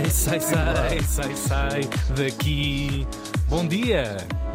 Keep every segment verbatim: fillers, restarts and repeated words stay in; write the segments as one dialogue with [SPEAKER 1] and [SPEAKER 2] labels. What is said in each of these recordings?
[SPEAKER 1] Sai, sai, sai, sai daqui. Bom dia.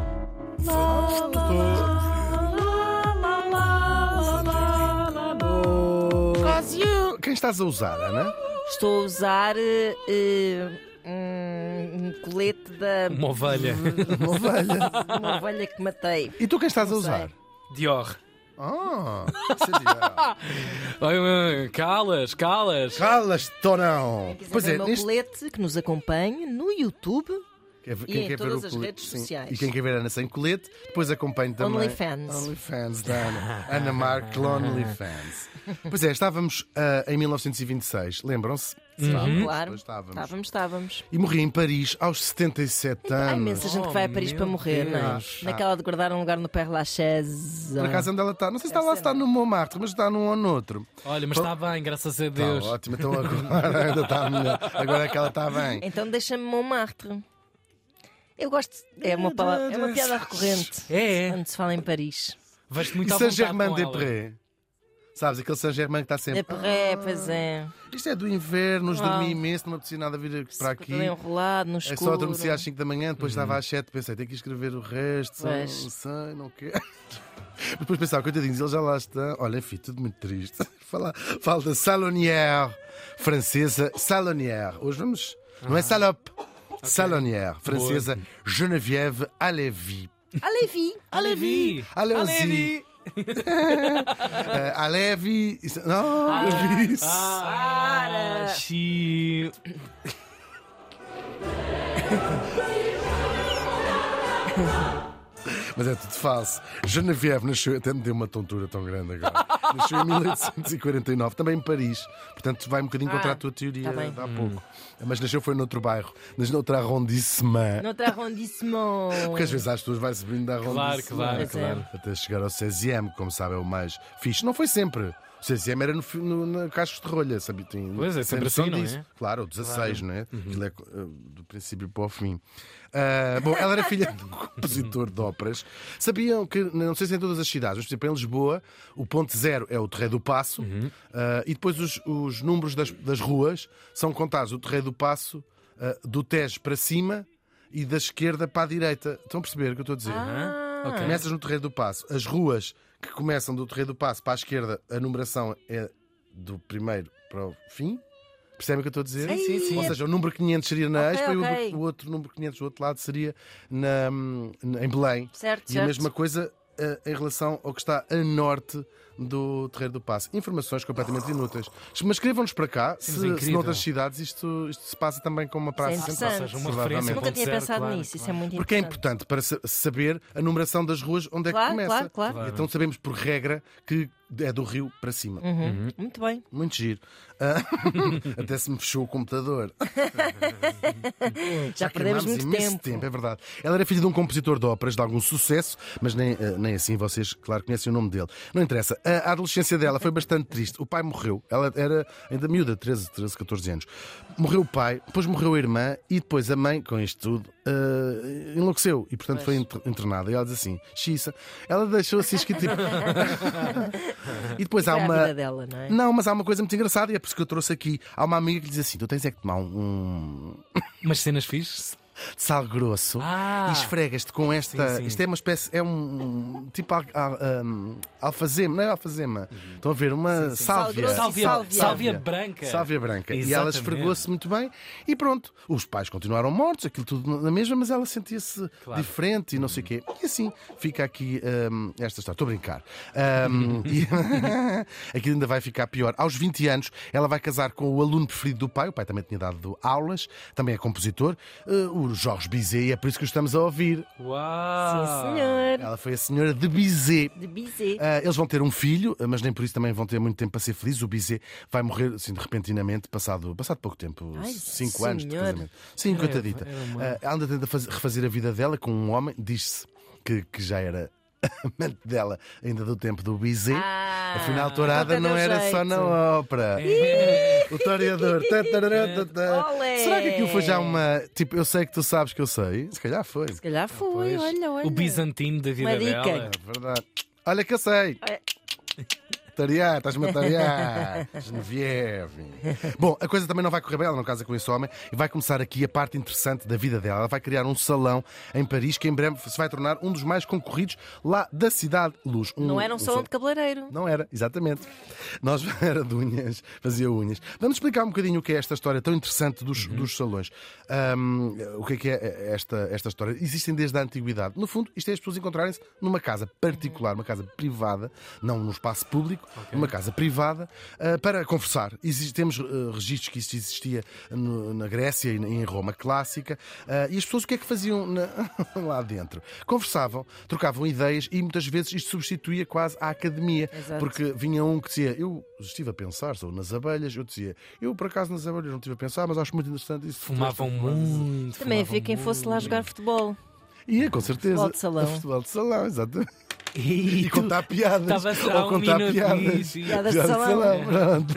[SPEAKER 2] Quem estás a usar, Ana?
[SPEAKER 3] Estou a usar eh, eh, um colete da.
[SPEAKER 1] Uma ovelha.
[SPEAKER 2] Uma ovelha.
[SPEAKER 3] Uma ovelha que matei.
[SPEAKER 2] E tu quem estás a
[SPEAKER 3] Não sei.
[SPEAKER 2] usar?
[SPEAKER 1] Dior.
[SPEAKER 2] Ah, seria.
[SPEAKER 1] Ai, Calas, calas.
[SPEAKER 2] Calas-te ou não?
[SPEAKER 3] Quiser
[SPEAKER 2] Pois
[SPEAKER 3] ver
[SPEAKER 2] é,
[SPEAKER 3] o meu
[SPEAKER 2] neste...
[SPEAKER 3] colete, que nos acompanhe no YouTube
[SPEAKER 2] Quer-
[SPEAKER 3] e
[SPEAKER 2] quem
[SPEAKER 3] em
[SPEAKER 2] quer ver
[SPEAKER 3] todas
[SPEAKER 2] o
[SPEAKER 3] as
[SPEAKER 2] colete-
[SPEAKER 3] redes
[SPEAKER 2] sim.
[SPEAKER 3] sociais.
[SPEAKER 2] E quem quer ver Ana sem colete, depois acompanhe também.
[SPEAKER 3] OnlyFans.
[SPEAKER 2] OnlyFans da Ana. Ana Marco, OnlyFans. Pois é, estávamos ah, em mil novecentos e vinte e seis, lembram-se?
[SPEAKER 3] Sim,
[SPEAKER 1] Uhum.
[SPEAKER 3] claro.
[SPEAKER 2] Pois estávamos.
[SPEAKER 3] Estávamos, estávamos.
[SPEAKER 2] E morri em Paris aos setenta e sete
[SPEAKER 3] Há
[SPEAKER 2] anos.
[SPEAKER 3] imensa gente que vai a Paris
[SPEAKER 1] Oh,
[SPEAKER 3] para
[SPEAKER 1] meu
[SPEAKER 3] morrer, não é?
[SPEAKER 1] Deus.
[SPEAKER 3] Naquela de guardar um lugar no Père Lachaise.
[SPEAKER 2] Por acaso onde ela está? Não sei se está
[SPEAKER 3] Deve
[SPEAKER 2] lá,
[SPEAKER 3] ser,
[SPEAKER 2] se está
[SPEAKER 3] não
[SPEAKER 2] no Montmartre, mas está num ou no outro.
[SPEAKER 1] Olha, mas está bem, graças a
[SPEAKER 2] Está
[SPEAKER 1] Deus.
[SPEAKER 2] ótimo, então agora ainda está melhor. Agora é que ela está bem.
[SPEAKER 3] Então deixa-me Montmartre. Eu gosto. É uma, palavra, é uma piada recorrente.
[SPEAKER 1] É, é.
[SPEAKER 3] Quando se fala em Paris.
[SPEAKER 1] Vais-te
[SPEAKER 2] E
[SPEAKER 1] muito à vontade com ela.
[SPEAKER 2] Saint-Germain-des-Prés? Sabes, aquele Saint-Germain que está sempre.
[SPEAKER 3] É perré, pois é.
[SPEAKER 2] Isto é do inverno, hoje
[SPEAKER 3] Uau.
[SPEAKER 2] dormi imenso, não me aprecia nada vir para aqui.
[SPEAKER 3] Todo enrolado, no
[SPEAKER 2] É
[SPEAKER 3] escuro.
[SPEAKER 2] só adormeci às cinco da manhã, depois estava às sete, pensei, tenho que escrever o resto, só
[SPEAKER 3] Pois.
[SPEAKER 2] não sei, não quero. Depois pensava, coitadinhos, eles já lá estão. Olha, enfim, tudo muito triste. Fala, fala da salonière francesa, salonière. Hoje vamos, não é salope, salonière francesa, Geneviève Alevi.
[SPEAKER 3] Alevi.
[SPEAKER 1] Alevi.
[SPEAKER 2] Alevi. Uh, Alevi. Não, Alevi.
[SPEAKER 1] Ah, chi...
[SPEAKER 2] Mas é tudo falso. Geneviève nasceu, até me deu uma tontura tão grande agora. Nasceu em mil oitocentos e quarenta e nove, também em Paris. Portanto, vai um bocadinho contra
[SPEAKER 3] Ah,
[SPEAKER 2] a tua teoria
[SPEAKER 3] tá bem.
[SPEAKER 2] de há pouco. Mas nasceu foi noutro bairro, mas noutro arrondissement.
[SPEAKER 3] Notre arrondissement.
[SPEAKER 2] Porque às vezes as pessoas vai subindo da
[SPEAKER 1] Claro,
[SPEAKER 2] arrondissement.
[SPEAKER 1] claro,
[SPEAKER 3] Pois é.
[SPEAKER 1] claro.
[SPEAKER 2] Até chegar ao seizième, como sabe, é o mais fixe. Não foi sempre. O seizième era no, fi- no, na Cascos de Rolha, sabe? Tem,
[SPEAKER 1] Pois é,
[SPEAKER 2] tem
[SPEAKER 1] sempre
[SPEAKER 2] noção
[SPEAKER 1] assim, não é?
[SPEAKER 2] disso. Claro, o dezasseis, não é? Aquilo é uh, do princípio para o fim. Ah, bom, ela era filha de um compositor de óperas. Sabiam que, não sei se em todas as cidades, mas por exemplo em Lisboa, o ponto zero é o Terreiro do Paço, ah, e depois os, os números das, das ruas são contados o Terreiro do Paço ah, do Tejo para cima e da esquerda para a direita. Estão a perceber o que eu estou a dizer?
[SPEAKER 3] Ah,
[SPEAKER 1] Ok.
[SPEAKER 2] Começas no Terreiro do Paço. As ruas que começam do Terreiro do Paço para a esquerda, a numeração é do primeiro para o fim. Percebem o que eu estou a dizer?
[SPEAKER 3] Sim, sim, sim.
[SPEAKER 2] Ou seja, o número quinhentos seria na
[SPEAKER 3] Ok,
[SPEAKER 2] Expo e
[SPEAKER 3] ok.
[SPEAKER 2] o, o outro número quinhentos do outro lado seria na, em Belém.
[SPEAKER 3] certo,
[SPEAKER 2] E
[SPEAKER 3] certo.
[SPEAKER 2] a mesma coisa eh, em relação ao que está a norte do Terreiro do Paço. Informações completamente inúteis. Mas escrevam-nos para cá
[SPEAKER 1] Sim, mas é
[SPEAKER 2] se, se
[SPEAKER 1] incrível.
[SPEAKER 2] noutras cidades isto, isto se passa também com uma praça
[SPEAKER 3] Isso é
[SPEAKER 2] central.
[SPEAKER 3] interessante.
[SPEAKER 1] Ou seja, uma
[SPEAKER 2] Provavelmente.
[SPEAKER 1] referência.
[SPEAKER 3] Nunca tinha
[SPEAKER 1] ponto zero,
[SPEAKER 3] pensado
[SPEAKER 1] claro,
[SPEAKER 3] nisso, isso é
[SPEAKER 1] claro.
[SPEAKER 3] muito
[SPEAKER 2] Porque é
[SPEAKER 3] interessante.
[SPEAKER 2] importante para sa- saber a numeração das ruas onde é
[SPEAKER 3] Claro,
[SPEAKER 2] que começa.
[SPEAKER 3] claro, claro.
[SPEAKER 1] Claro.
[SPEAKER 2] Então sabemos por regra que é do rio para cima.
[SPEAKER 3] Uhum. Muito bem.
[SPEAKER 2] Muito giro. Ah, até se me fechou o computador.
[SPEAKER 3] Já perdemos
[SPEAKER 2] queimámos
[SPEAKER 3] muito
[SPEAKER 2] imenso
[SPEAKER 3] tempo.
[SPEAKER 2] É verdade. Ela era filha de um compositor de óperas de algum sucesso, mas nem, ah, nem assim vocês, claro, conhecem o nome dele. Não interessa. A, a adolescência dela foi bastante triste. O pai morreu. Ela era ainda miúda, treze, treze, catorze anos. Morreu o pai, depois morreu a irmã e depois a mãe, com isto tudo, ah, enlouqueceu e, portanto, foi inter- internada. E ela diz assim: Xissa. Ela deixou assim escrito tipo. E depois há
[SPEAKER 3] Foi a
[SPEAKER 2] uma.
[SPEAKER 3] vida dela, não é?
[SPEAKER 2] Não, mas há uma coisa muito engraçada e é por isso que eu trouxe aqui. Há uma amiga que lhe diz assim: tu tens é que tomar um, um
[SPEAKER 1] Umas cenas fixes?
[SPEAKER 2] sal grosso
[SPEAKER 1] Ah.
[SPEAKER 2] e esfregas-te com esta.
[SPEAKER 1] Sim, sim.
[SPEAKER 2] Isto é uma espécie, é um tipo al, al, um, alfazema, não é alfazema. Estão a ver? Uma
[SPEAKER 1] sim.
[SPEAKER 2] sálvia.
[SPEAKER 3] Sal grosso e
[SPEAKER 1] Sálvia,
[SPEAKER 3] sálvia.
[SPEAKER 1] sálvia branca.
[SPEAKER 2] Sálvia branca. E ela
[SPEAKER 1] Exatamente.
[SPEAKER 2] esfregou-se muito bem e pronto. Os pais continuaram mortos, aquilo tudo na mesma, mas ela sentia-se
[SPEAKER 1] Claro.
[SPEAKER 2] diferente e não sei o quê. E assim fica aqui hum, esta história. Estou a brincar. Hum, e aquilo ainda vai ficar pior. Aos vinte anos, ela vai casar com o aluno preferido do pai. O pai também tinha dado aulas, também é compositor, uh, o Jorge Bizet, e é por isso que o estamos a ouvir.
[SPEAKER 1] Uau!
[SPEAKER 3] Sim, senhor.
[SPEAKER 2] Ela foi a senhora de Bizet.
[SPEAKER 3] De Bizet.
[SPEAKER 2] Ah, eles vão ter um filho, mas nem por isso também vão ter muito tempo para ser felizes. O Bizet vai morrer assim, de repentinamente, passado, passado pouco tempo,
[SPEAKER 3] Ai,
[SPEAKER 2] cinco
[SPEAKER 3] senhor.
[SPEAKER 2] anos de casamento. Sim,
[SPEAKER 1] Era-
[SPEAKER 2] coitadita.
[SPEAKER 1] era uma-
[SPEAKER 2] Ah, ela ainda tenta faz- refazer a vida dela com um homem, diz-se que, que já era amante dela ainda do tempo do Bizet.
[SPEAKER 3] Ah,
[SPEAKER 2] Afinal, tourada
[SPEAKER 3] então
[SPEAKER 2] não
[SPEAKER 3] deu
[SPEAKER 2] era
[SPEAKER 3] jeito.
[SPEAKER 2] só na ópera. O toreador. Tá, tarará, tá, tá.
[SPEAKER 3] Olé.
[SPEAKER 2] Será que aquilo foi já uma. Tipo, eu sei que tu sabes que eu sei? Se calhar foi.
[SPEAKER 3] Se calhar foi,
[SPEAKER 1] Pois.
[SPEAKER 3] olha, olha.
[SPEAKER 1] O bizantino da vida
[SPEAKER 3] Uma dica.
[SPEAKER 1] dela.
[SPEAKER 2] É verdade. Olha que eu sei.
[SPEAKER 3] Olha.
[SPEAKER 2] tarear, estás-me a tarear. Genevieve. Bom, a coisa também não vai correr bem, ela não casa com esse homem, e vai começar aqui a parte interessante da vida dela. Ela vai criar um salão em Paris que em breve se vai tornar um dos mais concorridos lá da Cidade Luz. Um,
[SPEAKER 3] Não era um
[SPEAKER 2] um
[SPEAKER 3] salão de cabeleireiro.
[SPEAKER 2] Não era, exatamente. Nós era de unhas, fazia unhas. Vamos explicar um bocadinho o que é esta história tão interessante dos, uhum. dos salões. Um, o que é que é esta, esta história? Existem desde a antiguidade. No fundo, isto é as pessoas encontrarem-se numa casa particular, uma casa privada, não num espaço público, okay. Uma casa privada, uh, para conversar. Existe, temos uh, registros que isto existia no, na Grécia e em Roma clássica. Uh, e as pessoas o que é que faziam na, lá dentro? Conversavam, trocavam ideias e muitas vezes isto substituía quase a academia.
[SPEAKER 3] Exato.
[SPEAKER 2] Porque vinha um que dizia, eu estive a pensar, sou nas abelhas, eu dizia, eu por acaso nas abelhas não estive a pensar, mas acho muito interessante isso.
[SPEAKER 1] Fumavam muito.
[SPEAKER 3] Também havia quem fosse lá jogar futebol.
[SPEAKER 2] Ia, com certeza.
[SPEAKER 3] Futebol de salão.
[SPEAKER 2] Futebol de salão, exato.
[SPEAKER 1] E,
[SPEAKER 2] e contar piadas.
[SPEAKER 1] Estava
[SPEAKER 2] ou contar
[SPEAKER 1] um
[SPEAKER 2] piadas.
[SPEAKER 3] Piadas de salão.
[SPEAKER 2] salão.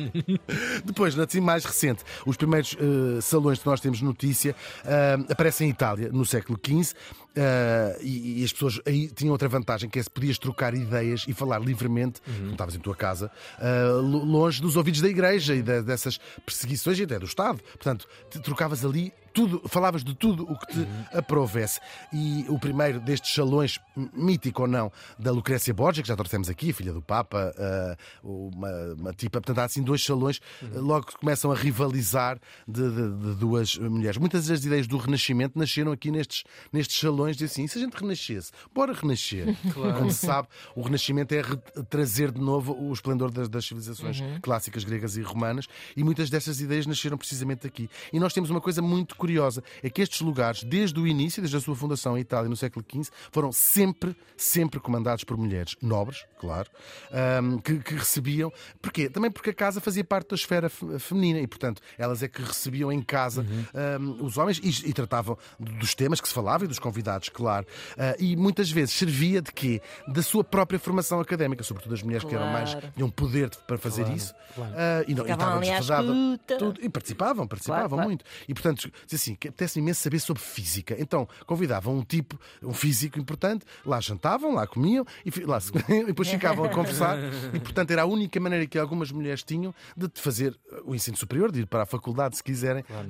[SPEAKER 2] Depois, assim mais recente, os primeiros uh, salões que nós temos notícia uh, aparecem em Itália, no século quinze. Uh, e, e as pessoas aí tinham outra vantagem, que é se podias trocar ideias e falar livremente, uhum. Quando estavas em tua casa, uh, longe dos ouvidos da igreja e de, dessas perseguições e até do Estado. Portanto, te trocavas ali tudo, falavas de tudo o que te uhum. aprovesse. E o primeiro destes salões, mítico ou não, da Lucrécia Borgia, que já trouxemos aqui, filha do Papa, uh, uma, uma tipa, portanto há assim dois salões, uhum. logo que começam a rivalizar de, de, de duas mulheres. Muitas das ideias do Renascimento nasceram aqui nestes, nestes salões. Diz assim, se a gente renascesse, bora renascer. Claro. Como se sabe, o Renascimento é trazer de novo o esplendor das, das civilizações uhum. clássicas gregas e romanas, e muitas destas ideias nasceram precisamente aqui. E nós temos uma coisa muito curiosa, é que estes lugares, desde o início, desde a sua fundação em Itália no século quinze, foram sempre, sempre comandados por mulheres nobres, claro, um, que, que recebiam. Porquê? Também porque a casa fazia parte da esfera feminina e, portanto, elas é que recebiam em casa uhum. um, os homens e, e tratavam dos temas que se falavam e dos convidados, claro. Uh, e muitas vezes servia de quê? Da sua própria formação académica, sobretudo as mulheres claro. Que eram mais, tinham poder para fazer claro. Isso. Claro. Uh, e, não, e estavam desfasadas. E participavam, participavam claro, muito. Claro. E, portanto, dizia assim, que apetece imenso saber sobre física. Então, convidavam um tipo, um físico importante, lá jantavam, lá comiam e, lá, e depois ficavam a conversar. E, portanto, era a única maneira que algumas mulheres tinham de fazer o ensino superior, de ir para a faculdade, se quiserem, claro.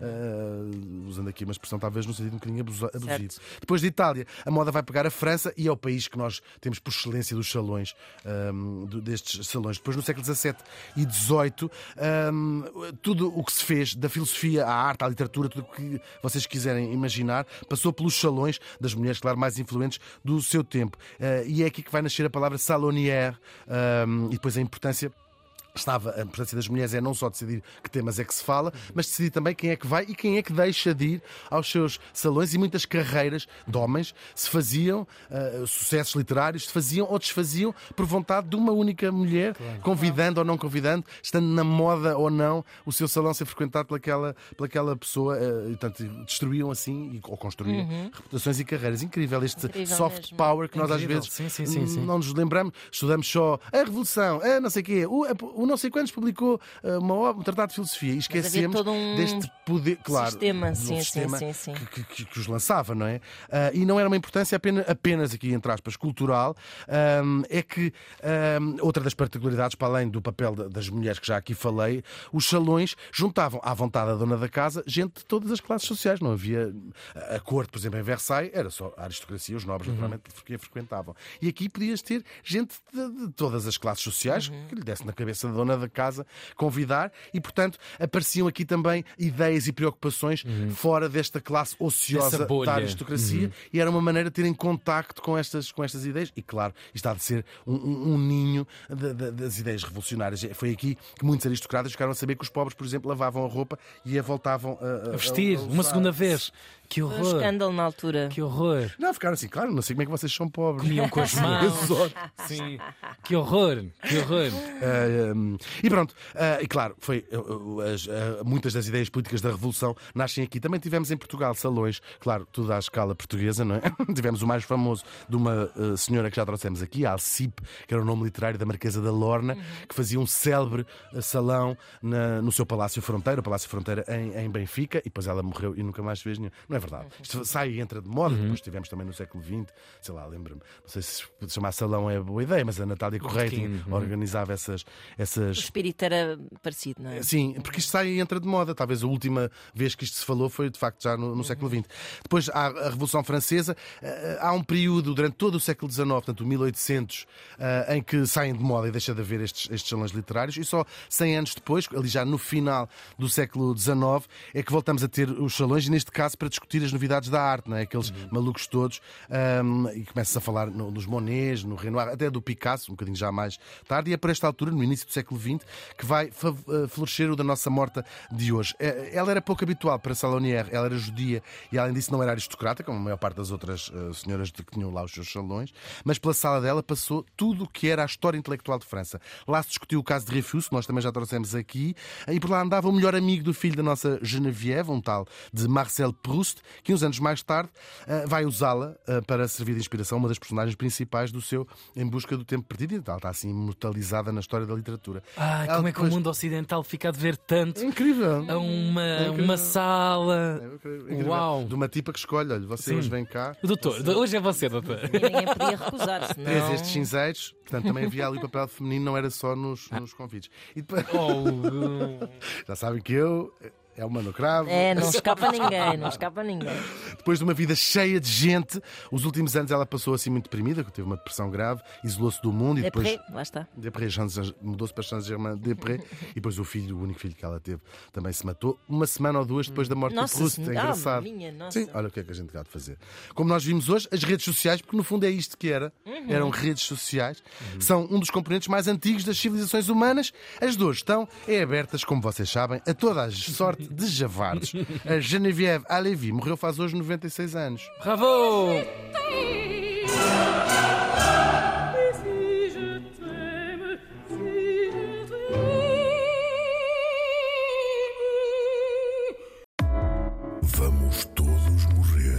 [SPEAKER 2] uh, usando aqui uma expressão talvez no sentido um bocadinho abusivo. Depois de Itália, a moda vai pegar a França e é o país que nós temos por excelência dos salões, um, destes salões. Depois, no século dezassete e dezoito, um, tudo o que se fez, da filosofia à arte, à literatura, tudo o que vocês quiserem imaginar, passou pelos salões das mulheres, claro, mais influentes do seu tempo. Uh, e é aqui que vai nascer a palavra salonière, um, e depois a importância. Estava, a importância das mulheres é não só decidir que temas é que se fala, mas decidir também quem é que vai e quem é que deixa de ir aos seus salões. E muitas carreiras de homens se faziam, uh, sucessos literários se faziam ou desfaziam por vontade de uma única mulher, claro. Convidando ou não convidando, estando na moda ou não, o seu salão ser frequentado pelaquela, pelaquela pessoa, uh, e portanto destruíam assim, ou construíam uhum. reputações e carreiras. Incrível este Incrível soft mesmo. Power que nós Incrível. Às vezes sim, sim, sim, sim. não nos lembramos, estudamos só a Revolução, a não sei o quê, o, a, o não sei quantos publicou uma obra, um tratado de filosofia e esquecemos
[SPEAKER 3] um
[SPEAKER 2] deste poder, claro,
[SPEAKER 3] sistema,
[SPEAKER 2] do
[SPEAKER 3] sim,
[SPEAKER 2] sistema
[SPEAKER 3] sim, sim, sim.
[SPEAKER 2] Que, que, que os lançava, não é? Uh, e não era uma importância apenas, apenas aqui, entre aspas, cultural, um, é que um, outra das particularidades, para além do papel das mulheres que já aqui falei, os salões juntavam à vontade da dona da casa gente de todas as classes sociais. Não havia a corte, por exemplo, em Versailles, era só a aristocracia, os nobres, uhum. naturalmente, que a frequentavam. E aqui podias ter gente de, de todas as classes sociais uhum. que lhe desse na cabeça da dona da casa convidar e, portanto, apareciam aqui também ideias e preocupações uhum. fora desta classe ociosa da aristocracia uhum. e era uma maneira de terem contacto com estas, com estas ideias e, claro, isto há de ser um, um, um ninho de, de, das ideias revolucionárias. Foi aqui que muitos aristocratas ficaram a saber que os pobres, por exemplo, lavavam a roupa e a voltavam a, a,
[SPEAKER 1] a vestir
[SPEAKER 2] a, a
[SPEAKER 1] uma segunda vez. Que horror.
[SPEAKER 3] Foi um escândalo na altura.
[SPEAKER 1] Que horror.
[SPEAKER 2] Não, ficaram assim, claro, não sei como é que vocês são pobres.
[SPEAKER 1] Comiam com as mãos. Sim. Que horror. Que horror.
[SPEAKER 2] Uh, Um, e pronto, uh, e claro, foi, uh, as, uh, muitas das ideias políticas da Revolução nascem aqui. Também tivemos em Portugal salões, claro, tudo à escala portuguesa, não é? Tivemos o mais famoso de uma uh, senhora que já trouxemos aqui, a Alcipe, que era o nome literário da Marquesa da Lorna, uhum. que fazia um célebre uh, salão na, no seu Palácio Fronteira, o Palácio Fronteira em, em Benfica, e depois ela morreu e nunca mais se fez nenhum. Não é verdade. Isto sai e entra de moda, uhum. depois tivemos também no século vinte, sei lá, lembro-me, não sei se chamar salão é boa ideia, mas a Natália Correia uhum. organizava essas, essas.
[SPEAKER 3] O espírito era parecido, não é?
[SPEAKER 2] Sim, porque isto sai e entra de moda. Talvez a última vez que isto se falou foi de facto já no, no uhum. século vinte. Depois há a Revolução Francesa, há um período durante todo o século dezenove, portanto o mil e oitocentos, em que saem de moda e deixa de haver estes, estes salões literários, e só cem anos depois, ali já no final do século dezenove, é que voltamos a ter os salões, e neste caso para discutir as novidades da arte, não é? Aqueles uhum. malucos todos, um, e começa-se a falar no, nos Monets, no Renoir, até do Picasso, um bocadinho já mais tarde, e é por esta altura, no início do século vinte, que vai florescer o da nossa morta de hoje. Ela era pouco habitual para Salonière, ela era judia e além disso não era aristocrata, como a maior parte das outras uh, senhoras que tinham lá os seus salões, mas pela sala dela passou tudo o que era a história intelectual de França. Lá se discutiu o caso de Dreyfus, nós também já trouxemos aqui, e por lá andava o melhor amigo do filho da nossa Geneviève, um tal de Marcel Proust, que uns anos mais tarde uh, vai usá-la uh, para servir de inspiração, uma das personagens principais do seu Em Busca do Tempo Perdido, e tal, está assim imortalizada na história da literatura.
[SPEAKER 1] Ah, ela como é que depois... o mundo ocidental fica a dever tanto
[SPEAKER 2] é incrível.
[SPEAKER 1] a uma, é incrível. uma sala. É incrível.
[SPEAKER 2] Uau. De uma tipa que escolhe, olha, você Sim. hoje vem cá.
[SPEAKER 1] Doutor, você... hoje é você, doutor.
[SPEAKER 3] E ninguém podia recusar-se, não.
[SPEAKER 2] Três estes cinzeiros, portanto também havia ali o papel feminino, não era só nos, nos convites. E depois...
[SPEAKER 1] oh.
[SPEAKER 2] Já sabem que eu. É o Mano Cravo.
[SPEAKER 3] É, não escapa ninguém, não escapa ninguém.
[SPEAKER 2] Depois de uma vida cheia de gente, os últimos anos ela passou assim muito deprimida, que teve uma depressão grave, isolou-se do mundo e depois.
[SPEAKER 3] Depré, lá está.
[SPEAKER 2] Depré, mudou-se para Saint-Germain-des-Prés e depois o filho, o único filho que ela teve, também se matou uma semana ou duas depois da morte
[SPEAKER 3] nossa,
[SPEAKER 2] de Proust. É engraçado.
[SPEAKER 3] Minha, nossa.
[SPEAKER 2] Sim, olha o que é que a gente há de fazer. Como nós vimos hoje, as redes sociais, porque no fundo é isto que era, uhum. eram redes sociais, uhum. são um dos componentes mais antigos das civilizações humanas. As de hoje estão é abertas, como vocês sabem, a toda a sorte de javardos. A Geneviève Alevi morreu faz hoje noventa e seis anos.
[SPEAKER 1] Bravo!
[SPEAKER 4] Vamos todos morrer.